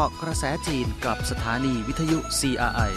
าะกระแสจีนกับสถานีวิทยุ CRI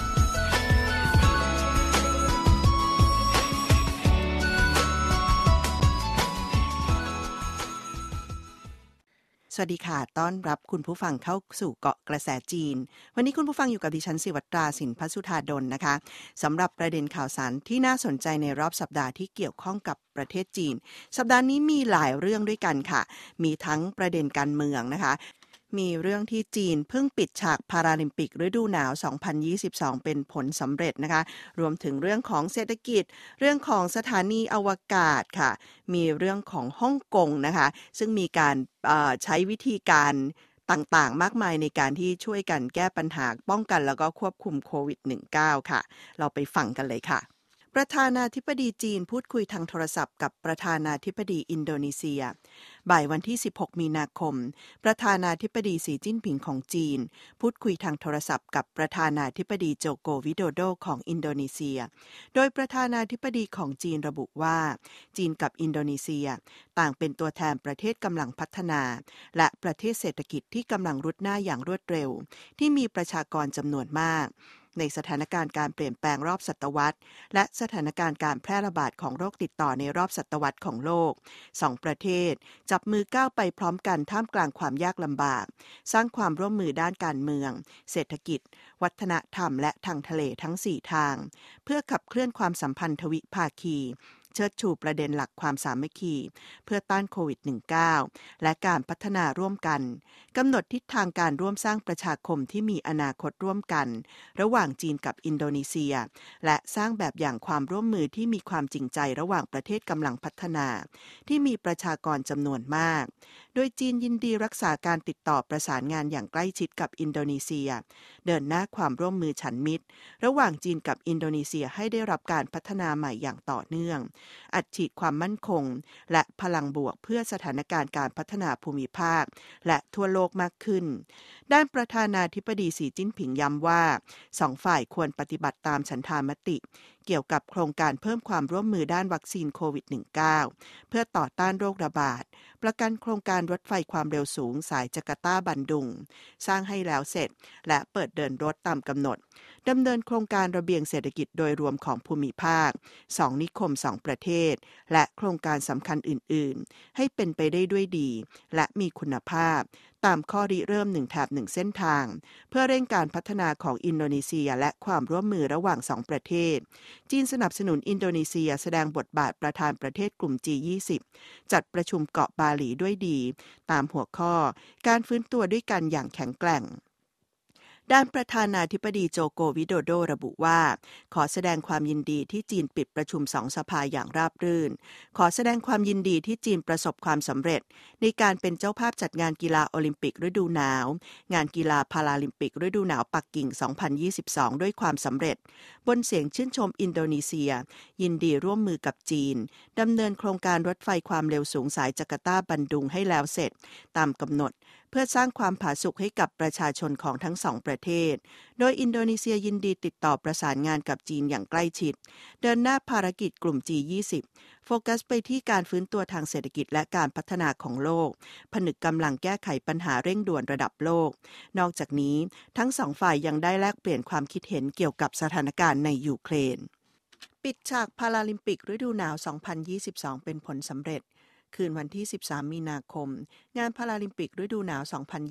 สวัสดีค่ะต้อนรับคุณผู้ฟังเข้าสู่เกาะกระแสจีนวันนี้คุณผู้ฟังอยู่กับดิฉันศิวัตราสินพัสุธาดลนะคะสำหรับประเด็นข่าวสารที่น่าสนใจในรอบสัปดาห์ที่เกี่ยวข้องกับประเทศจีนสัปดาห์นี้มีหลายเรื่องด้วยกันค่ะมีทั้งประเด็นการเมืองนะคะมีเรื่องที่จีนเพิ่งปิดฉากพาราลิมปิกฤดูหนาว 2022 เป็นผลสำเร็จนะคะรวมถึงเรื่องของเศรษฐกิจเรื่องของสถานีอวกาศค่ะมีเรื่องของฮ่องกงนะคะซึ่งมีการใช้วิธีการต่างๆมากมายในการที่ช่วยกันแก้ปัญหาป้องกันแล้วก็ควบคุมโควิด -19 ค่ะเราไปฟังกันเลยค่ะประธานาธิบดีจีนพูดคุยทางโทรศัพท์กับประธานาธิบดีอินโดนีเซียบ่ายวันที่ 16 มีนาคมประธานาธิบดีสีจิ้นผิงของจีนพูดคุยทางโทรศัพท์กับประธานาธิบดีโจโกวิโดโดของอินโดนีเซียโดยประธานาธิบดีของจีนระบุว่าจีนกับอินโดนีเซียต่างเป็นตัวแทนประเทศกำลังพัฒนาและประเทศเศรษฐกิจที่กำลังรุดหน้าอย่างรวดเร็วที่มีประชากรจำนวนมากในสถานการณ์การเปลี่ยนแปลงรอบศตวรรษและสถานการณ์การแพร่ระบาดของโรคติดต่อในรอบศตวรรษของโลกสองประเทศจับมือก้าวไปพร้อมกันท่ามกลางความยากลำบากสร้างความร่วมมือด้านการเมืองเศรษฐกิจวัฒนธรรมและทางทะเลทั้ง4ทางเพื่อขับเคลื่อนความสัมพันธ์ทวิภาคีเชิดชูประเด็นหลักความสามัคคีเพื่อต้านโควิด -19 และการพัฒนาร่วมกันกำหนดทิศทางการร่วมสร้างประชาคมที่มีอนาคตร่วมกันระหว่างจีนกับอินโดนีเซียและสร้างแบบอย่างความร่วมมือที่มีความจริงใจระหว่างประเทศกำลังพัฒนาที่มีประชากรจำนวนมากโดยจีนยินดีรักษาการติดต่อประสานงานอย่างใกล้ชิดกับอินโดนีเซียเดินหน้าความร่วมมือฉันมิตรระหว่างจีนกับอินโดนีเซียให้ได้รับการพัฒนาใหม่อย่างต่อเนื่องอัดฉีดความมั่นคงและพลังบวกเพื่อสถานการณ์การพัฒนาภูมิภาคและทั่วโลกมากขึ้นด้านประธานาธิบดีสีจิ้นผิงย้ำว่าสองฝ่ายควรปฏิบัติตามฉันทามติเกี่ยวกับโครงการเพิ่มความร่วมมือด้านวัคซีนโควิด -19 เพื่อต่อต้านโรคระบาดประกันโครงการรถไฟความเร็วสูงสายจาการ์ตาบันดุงสร้างให้แล้วเสร็จและเปิดเดินรถตามกำหนดดำเนินโครงการระเบียงเศรษฐกิจโดยรวมของภูมิภาค2นิคม2ประเทศและโครงการสำคัญอื่นๆให้เป็นไปได้ด้วยดีและมีคุณภาพตามข้อริเริ่ม1แถบ1เส้นทางเพื่อเร่งการพัฒนาของอินโดนีเซียและความร่วมมือระหว่าง2ประเทศจีนสนับสนุนอินโดนีเซียแสดงบทบาทประธานประเทศกลุ่ม G20 จัดประชุมเกาะบาหลีด้วยดีตามหัวข้อการฟื้นตัวด้วยกันอย่างแข็งแกร่งด้านประธานาธิบดีโจโกวิโดโดระบุว่าขอแสดงความยินดีที่จีนปิดประชุม2สภาอย่างราบรื่นขอแสดงความยินดีที่จีนประสบความสำเร็จในการเป็นเจ้าภาพจัดงานกีฬาโอลิมปิกฤดูหนาวงานกีฬาพาราลิมปิกฤดูหนาวปักกิ่ง 2022 ด้วยความสำเร็จบนเสียงชื่นชมอินโดนีเซียยินดีร่วมมือกับจีนดำเนินโครงการรถไฟความเร็วสูงสายจาการ์ตาบันดุงให้แล้วเสร็จตามกำหนดเพื่อสร้างความผาสุกให้กับประชาชนของทั้งสองประเทศโดยอินโดนีเซียยินดีติดต่อประสานงานกับจีนอย่างใกล้ชิดเดินหน้าภารกิจกลุ่ม G20 โฟกัสไปที่การฟื้นตัวทางเศรษฐกิจและการพัฒนาของโลกผนึกกำลังแก้ไขปัญหาเร่งด่วนระดับโลกนอกจากนี้ทั้งสองฝ่ายยังได้แลกเปลี่ยนความคิดเห็นเกี่ยวกับสถานการณ์ในยูเครนปิดฉากพาราลิมปิกฤดูหนาว 2022 เป็นผลสำเร็จคืนวันที่ 13 มีนาคมงานพาราลิมปิกฤดูหนาว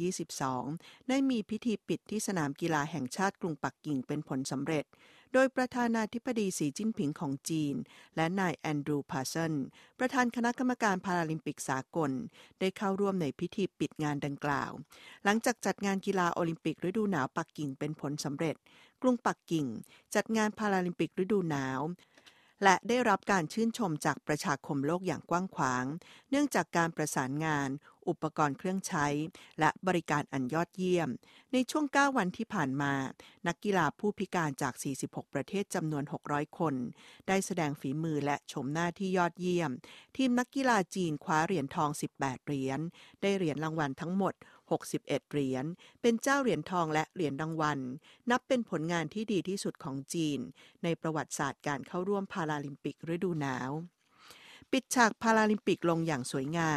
2022 ได้มีพิธีปิดที่สนามกีฬาแห่งชาติกรุงปักกิ่งเป็นผลสำเร็จโดยประธานาธิบดีสีจิ้นผิงของจีนและนายแอนดรูว์ พาร์สันประธานคณะกรรมการพาราลิมปิกสากลได้เข้าร่วมในพิธีปิดงานดังกล่าวหลังจากจัดงานกีฬาโอลิมปิกฤดูหนาวปักกิ่งเป็นผลสำเร็จกรุงปักกิ่งจัดงานพาราลิมปิกฤดูหนาวและได้รับการชื่นชมจากประชาคมโลกอย่างกว้างขวางเนื่องจากการประสานงานอุปกรณ์เครื่องใช้และบริการอันยอดเยี่ยมในช่วง9วันที่ผ่านมานักกีฬาผู้พิการจาก46ประเทศจำนวน600คนได้แสดงฝีมือและชมหน้าที่ยอดเยี่ยมทีมนักกีฬาจีนคว้าเหรียญทอง18เหรียญได้เหรียญรางวัลทั้งหมด61เหรียญเป็นเจ้าเหรียญทองและเหรียญรางวัลนับเป็นผลงานที่ดีที่สุดของจีนในประวัติศาสตร์การเข้าร่วมพาราลิมปิกฤดูหนาวปิดฉากพาราลิมปิกลงอย่างสวยงาม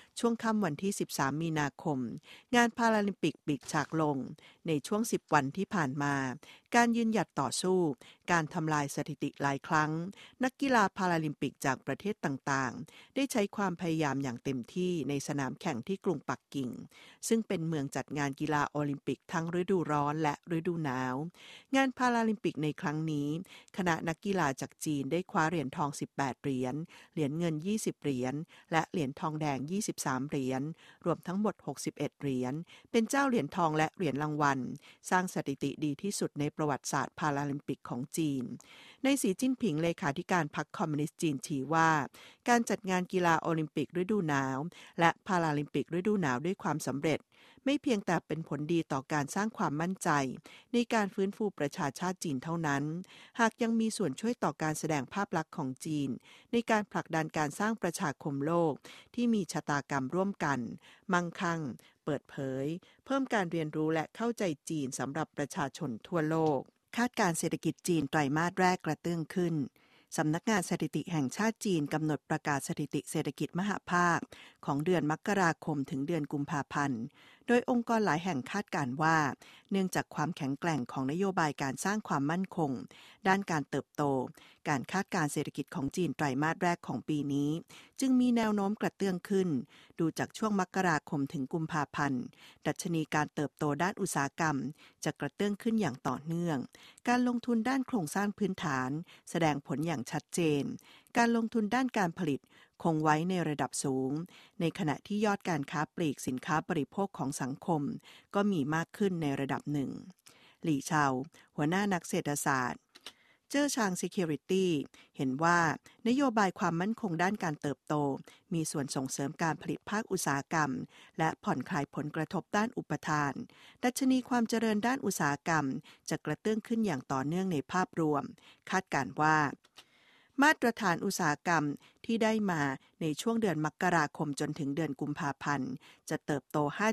ช่วงค่ำวันที่13มีนาคมงานพาราลิมปิกปิดฉากลงในช่วง10วันที่ผ่านมาการยืนหยัดต่อสู้การทำลายสถิติหลายครั้งนักกีฬาพาราลิมปิกจากประเทศต่างๆได้ใช้ความพยายามอย่างเต็มที่ในสนามแข่งที่กรุงปักกิ่งซึ่งเป็นเมืองจัดงานกีฬาโอลิมปิกทั้งฤดูร้อนและฤดูหนาวงานพาราลิมปิกในครั้งนี้คณะนักกีฬาจากจีนได้คว้าเหรียญทอง18เหรียญเหรียญเงิน20เหรียญและเหรียญทองแดง23เหรียญรวมทั้งหมด61เหรียญเป็นเจ้าเหรียญทองและเหรียญรางวัลสร้างสถิติดีที่สุดในประวัติศาสตร์พาราลิมปิกของจีนในสีจิ้นผิงเลขาธิการพรรคคอมมิวนิสต์จีนชี้ว่าการจัดงานกีฬาโอลิมปิกฤดูหนาวและพาราลิมปิกฤดูหนาวด้วยความสำเร็จไม่เพียงแต่เป็นผลดีต่อการสร้างความมั่นใจในการฟื้นฟูประชาชาติจีนเท่านั้นหากยังมีส่วนช่วยต่อการแสดงภาพลักษณ์ของจีนในการผลักดันการสร้างประชาคมโลกที่มีชะตากรรมร่วมกันมั่งคั่งเปิดเผยเพิ่มการเรียนรู้และเข้าใจจีนสำหรับประชาชนทั่วโลกคาดการณ์เศรษฐกิจจีนไตรมาสแรกกระเตื้องขึ้นสำนักงานสถิติแห่งชาติจีนกำหนดประกาศสถิติเศรษฐกิจมหภาคของเดือนมกราคมถึงเดือนกุมภาพันธ์โดยองค์กรหลายแห่งคาดการณ์ว่าเนื่องจากความแข็งแกร่งของนโยบายการสร้างความมั่นคงด้านการเติบโตการคาดการณ์เศรษฐกิจของจีนไตรมาสแรกของปีนี้จึงมีแนวโน้มกระเตื้องขึ้นดูจากช่วงมกราคมถึงกุมภาพันธ์ดัชนีการเติบโตด้านอุตสาหกรรมจะกระเตื้องขึ้นอย่างต่อเนื่องการลงทุนด้านโครงสร้างพื้นฐานแสดงผลอย่างชัดเจนการลงทุนด้านการผลิตคงไว้ในระดับสูงในขณะที่ยอดการค้าปลีกสินค้าบริโภคของสังคมก็มีมากขึ้นในระดับหนึ่งหลี่เฉาหัวหน้านักเศรษฐศาสตร์เจ้อชาง Security เห็นว่านโยบายความมั่นคงด้านการเติบโตมีส่วนส่งเสริมการผลิตภาคอุตสาหกรรมและผ่อนคลายผลกระทบด้านอุปทานดัชนีความเจริญด้านอุตสาหกรรมจะกระเตื้องขึ้นอย่างต่อเนื่องในภาพรวมคาดการณ์ว่ามาตรฐานอุตสาหกรรมที่ได้มาในช่วงเดือนมกราคมจนถึงเดือนกุมภาพันธ์จะเติบโต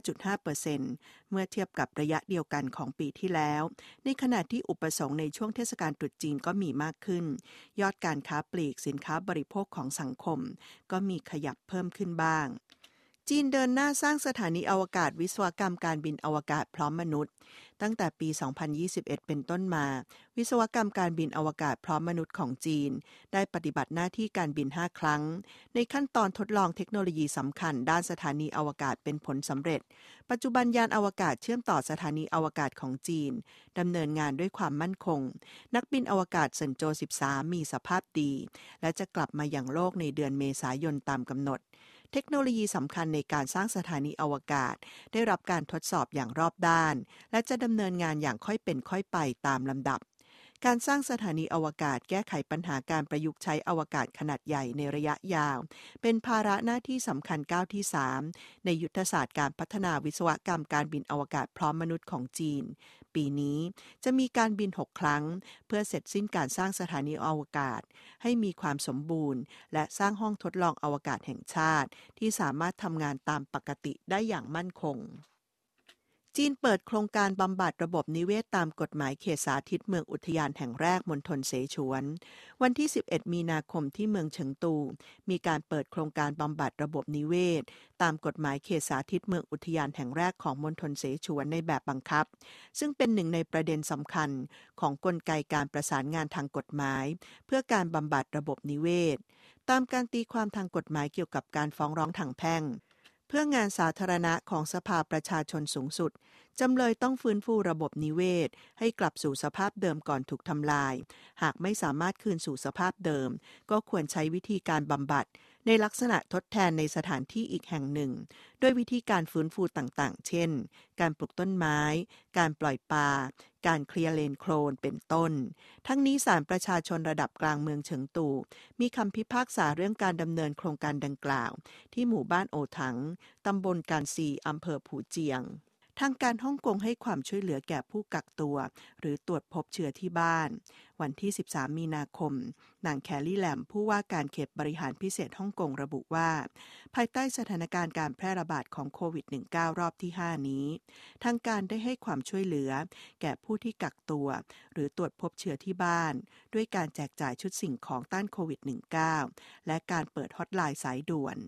5.5% เมื่อเทียบกับระยะเดียวกันของปีที่แล้วในขณะที่อุปสงค์ในช่วงเทศกาลตรุษจีนก็มีมากขึ้นยอดการค้าปลีกสินค้าบริโภคของสังคมก็มีขยับเพิ่มขึ้นบ้างจีนเดินหน้าสร้างสถานีอวกาศวิศวกรรมการบินอวกาศพร้อมมนุษย์ตั้งแต่ปี 2021 เป็นต้นมาวิศวกรรมการบินอวกาศพร้อมมนุษย์ของจีนได้ปฏิบัติหน้าที่การบิน5ครั้งในขั้นตอนทดลองเทคโนโลยีสำคัญด้านสถานีอวกาศเป็นผลสำเร็จปัจจุบันยานอวกาศเชื่อมต่อสถานีอวกาศของจีนดำเนินงานด้วยความมั่นคงนักบินอวกาศเซินโจว13มีสภาพดีและจะกลับมายังโลกในเดือนเมษายนตามกำหนดเทคโนโลยีสำคัญในการสร้างสถานีอวกาศได้รับการทดสอบอย่างรอบด้านและจะดำเนินงานอย่างค่อยเป็นค่อยไปตามลำดับการสร้างสถานีอวกาศแก้ไขปัญหาการประยุกต์ใช้อวกาศขนาดใหญ่ในระยะยาวเป็นภาระหน้าที่สำคัญก้าวที่3ในยุทธศาสตร์การพัฒนาวิศวกรรมการบินอวกาศพร้อมมนุษย์ของจีนปีนี้จะมีการบิน6ครั้งเพื่อเสร็จสิ้นการสร้างสถานีอวกาศให้มีความสมบูรณ์และสร้างห้องทดลองอวกาศแห่งชาติที่สามารถทำงานตามปกติได้อย่างมั่นคงจีนเปิดโครงการบำบัดระบบนิเวศตามกฎหมายเขตสาธิตเมืองอุทยานแห่งแรกมณฑลเสฉวนวันที่11มีนาคมที่เมืองเฉิงตูมีการเปิดโครงการบำบัดระบบนิเวศตามกฎหมายเขตสาธิตเมืองอุทยานแห่งแรกของมณฑลเสฉวนในแบบบังคับซึ่งเป็นหนึ่งในประเด็นสำคัญของกลไกการประสานงานทางกฎหมายเพื่อการบำบัดระบบนิเวศตามการตีความทางกฎหมายเกี่ยวกับการฟ้องร้องทางแพ่งเพื่องานสาธารณะของสภาประชาชนสูงสุดจำเลยต้องฟื้นฟูระบบนิเวศให้กลับสู่สภาพเดิมก่อนถูกทำลายหากไม่สามารถคืนสู่สภาพเดิมก็ควรใช้วิธีการบำบัดในลักษณะทดแทนในสถานที่อีกแห่งหนึ่งด้วยวิธีการฟื้นฟูต่างๆเช่นการปลูกต้นไม้การปล่อยปลาการเคลียร์เลนโคลนเป็นต้นทั้งนี้ศาลประชาชนระดับกลางเมืองเฉิงตูมีคำพิพากษาเรื่องการดำเนินโครงการดังกล่าวที่หมู่บ้านโอถังตำบลการซีอำเภอผู่เจียงทางการฮ่องกงให้ความช่วยเหลือแก่ผู้กักตัวหรือตรวจพบเชื้อที่บ้านวันที่13มีนาคมนางแคลลี่แลมผู้ว่าการเขตบริหารพิเศษฮ่องกงระบุว่าภายใต้สถานการณ์การแพร่ระบาดของโควิด -19 รอบที่5นี้ทางการได้ให้ความช่วยเหลือแก่ผู้ที่กักตัวหรือตรวจพบเชื้อที่บ้านด้วยการแจกจ่ายชุดสิ่งของต้านโควิด -19 และการเปิดฮอตไลน์สายด่วน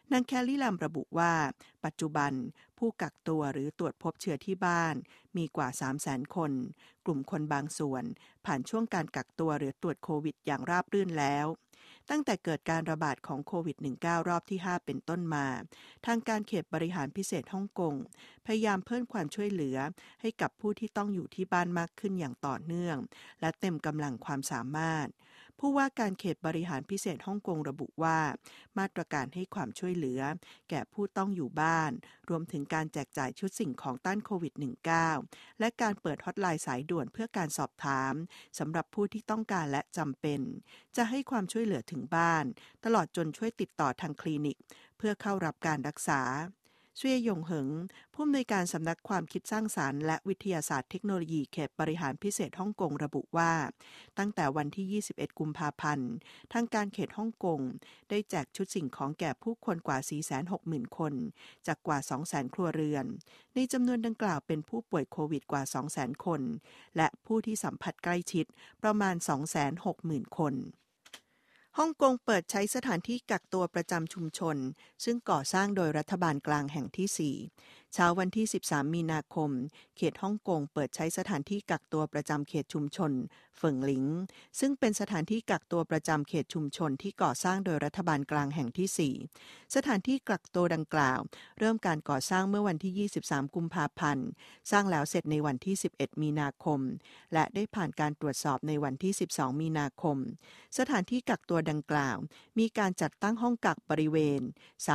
นางแคลลี่ลัมระบุว่าปัจจุบันผู้กักตัวหรือตรวจพบเชื้อที่บ้านมีกว่า 300,000 คนกลุ่มคนบางส่วนผ่านช่วงการกักตัวหรือตรวจโควิดอย่างราบรื่นแล้วตั้งแต่เกิดการระบาดของโควิด -19 รอบที่ 5 เป็นต้นมาทางการเขตบริหารพิเศษฮ่องกงพยายามเพิ่มความช่วยเหลือให้กับผู้ที่ต้องอยู่ที่บ้านมากขึ้นอย่างต่อเนื่องและเต็มกำลังความสามารถผู้ว่าการเขตบริหารพิเศษฮ่องกงระบุว่ามาตรการให้ความช่วยเหลือแก่ผู้ต้องอยู่บ้านรวมถึงการแจกจ่ายชุดสิ่งของต้านโควิด -19 และการเปิดฮอตไลน์สายด่วนเพื่อการสอบถามสำหรับผู้ที่ต้องการและจำเป็นจะให้ความช่วยเหลือถึงบ้านตลอดจนช่วยติดต่อทางคลินิกเพื่อเข้ารับการรักษาเซี่ยหยงเหิงผู้อำนวยการสำนักความคิดสร้างสรรค์และวิทยาศาสตร์เทคโนโลยีเขตบริหารพิเศษฮ่องกงระบุว่าตั้งแต่วันที่ 21 กุมภาพันธ์ทางการเขตฮ่องกงได้แจกชุดสิ่งของแก่ผู้คนกว่า 460,000 คนจากกว่า 200,000 ครัวเรือนในจำนวนดังกล่าวเป็นผู้ป่วยโควิดกว่า 200,000 คนและผู้ที่สัมผัสใกล้ชิดประมาณ 260,000 คนฮ่องกงเปิดใช้สถานที่กักตัวประจำชุมชนซึ่งก่อสร้างโดยรัฐบาลกลางแห่งที่ 4 เช้าวันที่ 13 มีนาคมเขตฮ่องกงเปิดใช้สถานที่กักตัวประจำเขตชุมชนเฟิงหลิงซึ่งเป็นสถานที่กักตัวประจำเขตชุมชนที่ก่อสร้างโดยรัฐบาลกลางแห่งที่ 4 สถานที่กักตัวดังกล่าวเริ่มการก่อสร้างเมื่อวันที่ 23 กุมภาพันธ์สร้างแล้วเสร็จในวันที่ 11 มีนาคมและได้ผ่านการตรวจสอบในวันที่ 12 มีนาคมสถานที่กักตัวดังกล่าวมีการจัดตั้งห้องกักบริเวณ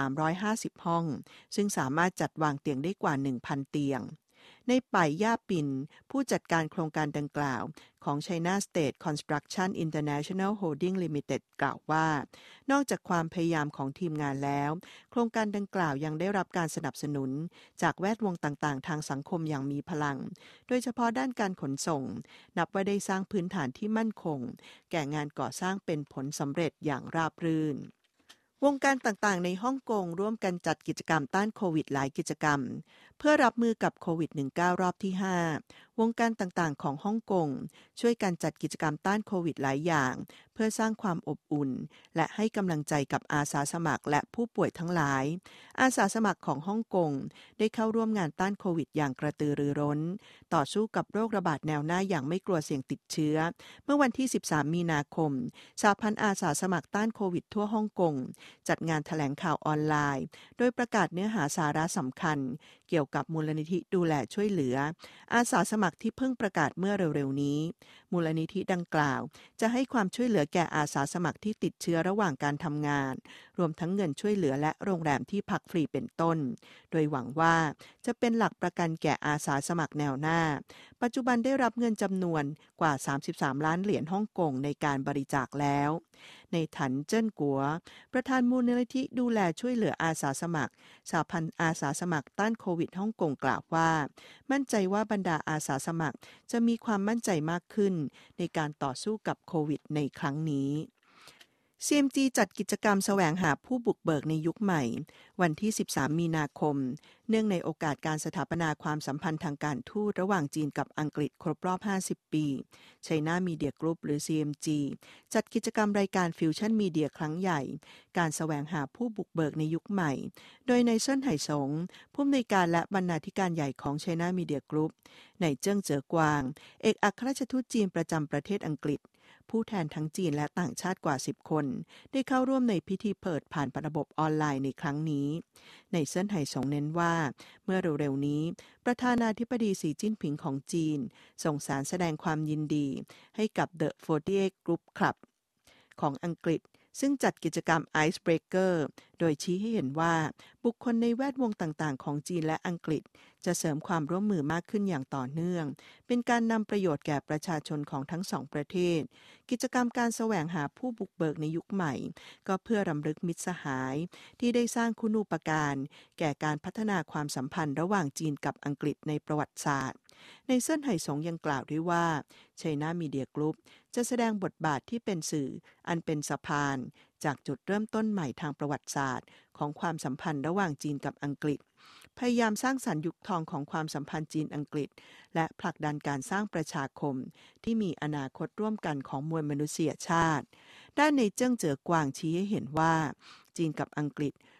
350 ห้องซึ่งสามารถจัดวางเตียงได้กว่า 1,000 เตียงในป่ายย่าปินผู้จัดการโครงการดังกล่าวของ China State Construction International Holding Limited กล่าวว่านอกจากความพยายามของทีมงานแล้วโครงการดังกล่าวยังได้รับการสนับสนุนจากแวดวงต่างๆทางสังคมอย่างมีพลังโดยเฉพาะด้านการขนส่งนับว่าได้สร้างพื้นฐานที่มั่นคงแก่งานก่อสร้างเป็นผลสำเร็จอย่างราบรื่นวงการต่างๆในฮ่องกงร่วมกันจัดกิจกรรมต้านโควิดหลายกิจกรรมเพื่อรับมือกับโควิด -19 รอบที่ 5 วงการต่างๆของฮ่องกงช่วยกันจัดกิจกรรมต้านโควิดหลายอย่างเพื่อสร้างความอบอุ่นและให้กำลังใจกับอาสาสมัครและผู้ป่วยทั้งหลายอาสาสมัครของฮ่องกงได้เข้าร่วมงานต้านโควิดอย่างกระตือรือร้นต่อสู้กับโรคระบาดแนวหน้าอย่างไม่กลัวเสี่ยงติดเชื้อเมื่อวันที่ 13 มีนาคมสหพันธ์อาสาสมัครต้านโควิดทั่วฮ่องกงจัดงานแถลงข่าวออนไลน์โดยประกาศเนื้อหาสาระสำคัญเกี่ยวกับมูลนิธิดูแลช่วยเหลืออาสาสมัครที่เพิ่งประกาศเมื่อเร็วๆนี้มูลนิธิดังกล่าวจะให้ความช่วยเหลือแก่อาสาสมัครที่ติดเชื้อระหว่างการทำงานรวมทั้งเงินช่วยเหลือและโรงแรมที่พักฟรีเป็นต้นโดยหวังว่าจะเป็นหลักประกันแก่อาสาสมัครแนวหน้าปัจจุบันได้รับเงินจำนวนกว่า33ล้านเหรียญฮ่องกงในการบริจาคแล้วในถันเจิ้นกัวประธานมูลนิธิดูแลช่วยเหลืออาสาสมัครสหพันธ์อาสาสมัครต้านโควิดฮ่องกงกล่าวว่ามั่นใจว่าบรรดาอาสาสมัครจะมีความมั่นใจมากขึ้นในการต่อสู้กับโควิดในครั้งนี้ CMG จัดกิจกรรมแสวงหาผู้บุกเบิกในยุคใหม่วันที่ 13 มีนาคมเนื่องในโอกาสการสถาปนาความสัมพันธ์ทางการทูตระหว่างจีนกับอังกฤษครบรอบ 50 ปี China Media Group หรือ CMG จัดกิจกรรมรายการฟิวชั่นมีเดียครั้งใหญ่การแสวงหาผู้บุกเบิกในยุคใหม่โดยนายเซินไห่สงผู้อำนวยการและบรรณาธิการใหญ่ของ China Media Group นายเจิ้งเจ๋อกวางเอกอัครราชทูตจีนประจำประเทศอังกฤษผู้แทนทั้งจีนและต่างชาติกว่า 10 คนได้เข้าร่วมในพิธีเปิดผ่านระบบออนไลน์ในครั้งนี้ในเซินไห่สงเน้นว่าเมื่อเร็วๆนี้ประธานาธิบดีสีจิ้นผิงของจีนส่งสารแสดงความยินดีให้กับ The 48 Group Club ของอังกฤษซึ่งจัดกิจกรรม Ice Breaker โดยชี้ให้เห็นว่าบุคคลในแวดวงต่างๆของจีนและอังกฤษจะเสริมความร่วมมือมากขึ้นอย่างต่อเนื่องเป็นการนำประโยชน์แก่ประชาชนของทั้งสองประเทศกิจกรรมการแสวงหาผู้บุกเบิกในยุคใหม่ก็เพื่อรำลึกมิตรสหายที่ได้สร้างคุณูปการแก่การพัฒนาความสัมพันธ์ระหว่างจีนกับอังกฤษในประวัติศาสตร์ในเซินไห่สงยังกล่าวด้วยว่า China Media Group จะแสดงบทบาทที่เป็นสื่ออันเป็นสะพานจากจุดเริ่มต้นใหม่ทางประวัติศาสตร์ของความสัมพันธ์ระหว่างจีนกับอังกฤษพยายามสร้างสรรค์ยุคทองของความสัมพันธ์จีนอังกฤษและผลักดันการสร้างประชาคมที่มีอนาคตร่วมกันของมวลมนุษยชาติด้านในเจิ้งเจ๋อกวางชี้ให้เห็นว่าจีนกับอังกฤษ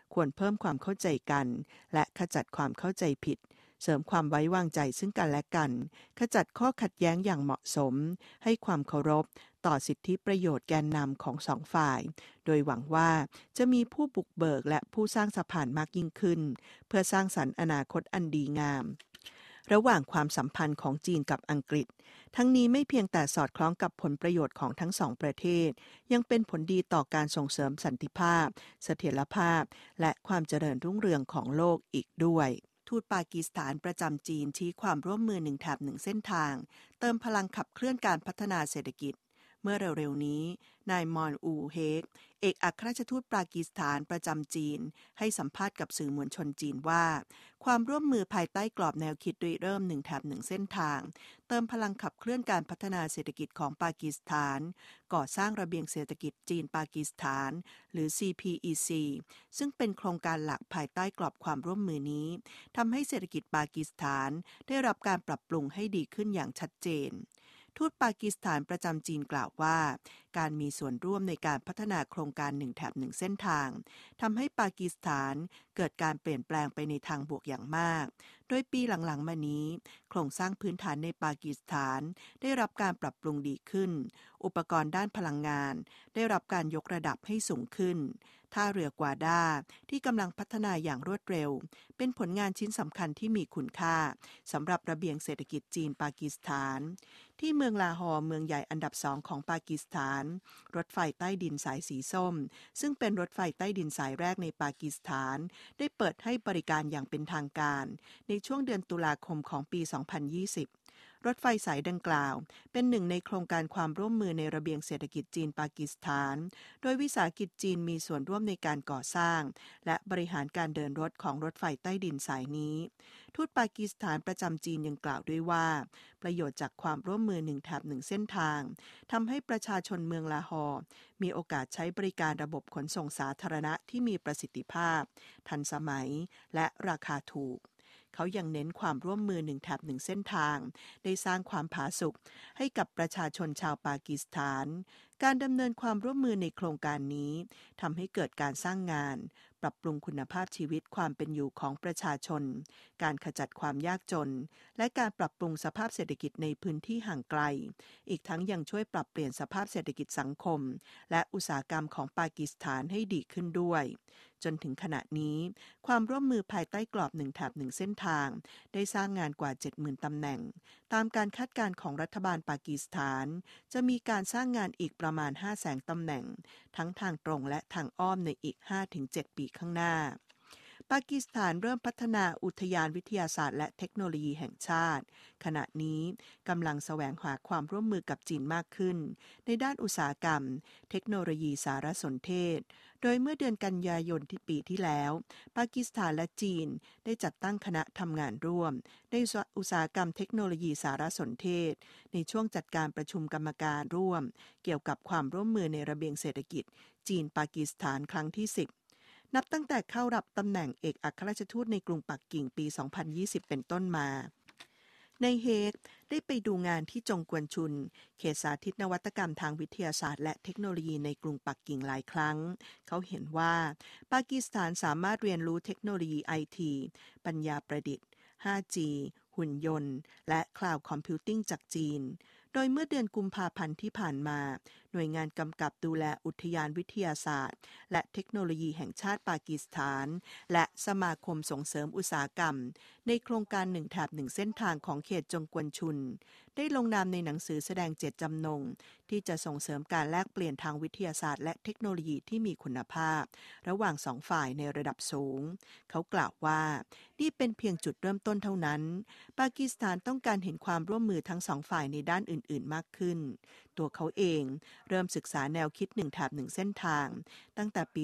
ควรเพิ่มความเข้าใจกันและขจัดความเข้าใจผิดเสริมความไว้วางใจซึ่งกันและกันขจัดข้อขัดแย้งอย่างเหมาะสมให้ความเคารพต่อสิทธิประโยชน์แกนนำของสองฝ่ายโดยหวังว่าจะมีผู้บุกเบิกและผู้สร้างสะพานมากยิ่งขึ้นเพื่อสร้างสรรค์อนาคตอันดีงามระหว่างความสัมพันธ์ของจีนกับอังกฤษทั้งนี้ไม่เพียงแต่สอดคล้องกับผลประโยชน์ของทั้งสองประเทศยังเป็นผลดีต่อการส่งเสริมสันติภาพเสถียรภาพและความเจริญรุ่งเรืองของโลกอีกด้วยทูตปากีสถานประจำจีนชี้ความร่วมมือ1 แถบ 1 เส้นทางเติมพลังขับเคลื่อนการพัฒนาเศรษฐกิจเมื่อเร็วๆนี้นายมอนอูเฮกเอกอัครราชทูตปากีสถานประจำจีนให้สัมภาษณ์กับสื่อมวลชนจีนว่าความร่วมมือภายใต้กรอบแนวคิดริเริ่ม1 แถบ 1 เส้นทางเติมพลังขับเคลื่อนการพัฒนาเศรษฐกิจของปากีสถานก่อสร้างระเบียงเศรษฐกิจจีนปากีสถานหรือ CPEC ซึ่งเป็นโครงการหลักภายใต้กรอบความร่วมมือนี้ทำให้เศรษฐกิจปากีสถานได้รับการปรับปรุงให้ดีขึ้นอย่างชัดเจนทูตปากีสถานประจำจีนกล่าวว่าการมีส่วนร่วมในการพัฒนาโครงการ1 แถบ 1 เส้นทางทำให้ปากีสถานเกิดการเปลี่ยนแปลงไปในทางบวกอย่างมากโดยปีหลังๆมานี้โครงสร้างพื้นฐานในปากีสถานได้รับการปรับปรุงดีขึ้นอุปกรณ์ด้านพลังงานได้รับการยกระดับให้สูงขึ้นท่าเรือกวาด้าที่กำลังพัฒนาอย่างรวดเร็วเป็นผลงานชิ้นสำคัญที่มีคุณค่าสำหรับระเบียงเศรษฐกิจจีนปากีสถานที่เมืองลาฮอร์เมืองใหญ่อันดับ2ของปากีสถานรถไฟใต้ดินสายสีส้มซึ่งเป็นรถไฟใต้ดินสายแรกในปากีสถานได้เปิดให้บริการอย่างเป็นทางการในช่วงเดือนตุลาคมของปี 2020รถไฟสายดังกล่าวเป็นหนึ่งในโครงการความร่วมมือในระเบียงเศรษฐกิจจีนปากีสถานโดยวิสาหกิจจีนมีส่วนร่วมในการก่อสร้างและบริหารการเดินรถของรถไฟใต้ดินสายนี้ทูตปากีสถานประจำจีนยังกล่าวด้วยว่าประโยชน์จากความร่วมมือ1 แถบ 1 เส้นทางทำให้ประชาชนเมืองลาฮอร์มีโอกาสใช้บริการระบบขนส่งสาธารณะที่มีประสิทธิภาพทันสมัยและราคาถูกเขายังเน้นความร่วมมือ1 แถบ 1 เส้นทางได้สร้างความผาสุกให้กับประชาชนชาวปากีสถานการดำเนินความร่วมมือในโครงการนี้ทำให้เกิดการสร้างงานปรับปรุงคุณภาพชีวิตความเป็นอยู่ของประชาชนการขจัดความยากจนและการปรับปรุงสภาพเศรษฐกิจในพื้นที่ห่างไกลอีกทั้งยังช่วยปรับเปลี่ยนสภาพเศรษฐกิจสังคมและอุตสาหกรรมของปากีสถานให้ดีขึ้นด้วยจนถึงขณะนี้ความร่วมมือภายใต้กรอบ1 แถบ 1 เส้นทางได้สร้างงานกว่า 70,000 ตำแหน่งตามการคาดการณ์ของรัฐบาลปากีสถานจะมีการสร้างงานอีกประมาณ 500,000 ตำแหน่งทั้งทางตรงและทางอ้อมในอีก 5-7 ปีข้างหน้าปากีสถานเริ่มพัฒนาอุทยานวิทยาศาสตร์และเทคโนโลยีแห่งชาติขณะนี้กำลังแสวงหาความร่วมมือกับจีนมากขึ้นในด้านอุตสาหกรรมเทคโนโลยีสารสนเทศโดยเมื่อเดือนกันยายนที่ปีที่แล้วปากีสถานและจีนได้จัดตั้งคณะทำงานร่วมในอุตสาหกรรมเทคโนโลยีสารสนเทศในช่วงจัดการประชุมกรรมการร่วมเกี่ยวกับความร่วมมือในระเบียงเศรษฐกิจจีนปากีสถานครั้งที่10นับตั้งแต่เข้ารับตำแหน่งเอกอัครราชทูตในกรุงปักกิ่งปี 2020 เป็นต้นมาในเฮกได้ไปดูงานที่จงกวนชุนเขตสาธิตนวัตกรรมทางวิทยาศาสตร์และเทคโนโลยีในกรุงปักกิ่งหลายครั้งเขาเห็นว่าปากีสถานสามารถเรียนรู้เทคโนโลยีไอทีปัญญาประดิษฐ์ 5G หุ่นยนต์และคลาวด์คอมพิวติ้งจากจีนโดยเมื่อเดือนกุมภาพันธ์ที่ผ่านมาหน่วยงานกำกับดูแลอุทยานวิทยาศาสตร์และเทคโนโลยีแห่งชาติปากีสถานและสมาคมส่งเสริมอุตสาหกรรมในโครงการ1 แถบ 1 เส้นทางของเขตจงกวนชุนได้ลงนามในหนังสือแสดงเจตจำนงที่จะส่งเสริมการแลกเปลี่ยนทางวิทยาศาสตร์และเทคโนโลยีที่มีคุณภาพระหว่าง2 ฝ่ายในระดับสูงเขากล่าวว่านี่เป็นเพียงจุดเริ่มต้นเท่านั้นปากีสถานต้องการเห็นความร่วมมือทั้ง2 ฝ่ายในด้านอื่นๆมากขึ้นตัวเขาเองเริ่มศึกษาแนวคิด1 แถบ 1 เส้นทางตั้งแต่ปี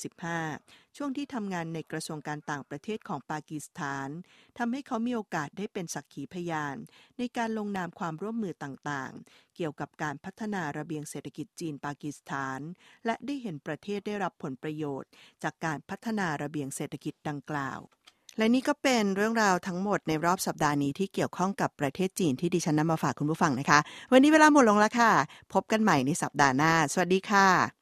2015 ช่วงที่ทำงานในกระทรวงการต่างประเทศของปากีสถานทำให้เขามีโอกาสได้เป็นสักขีพยานในการลงนามความร่วมมือต่างๆเกี่ยวกับการพัฒนาระเบียงเศรษฐกิจจีนปากีสถานและได้เห็นประเทศได้รับผลประโยชน์จากการพัฒนาระเบียงเศรษฐกิจดังกล่าวและนี่ก็เป็นเรื่องราวทั้งหมดในรอบสัปดาห์นี้ที่เกี่ยวข้องกับประเทศจีนที่ดิฉันนำมาฝากคุณผู้ฟังนะคะวันนี้เวลาหมดลงแล้วค่ะพบกันใหม่ในสัปดาห์หน้าสวัสดีค่ะ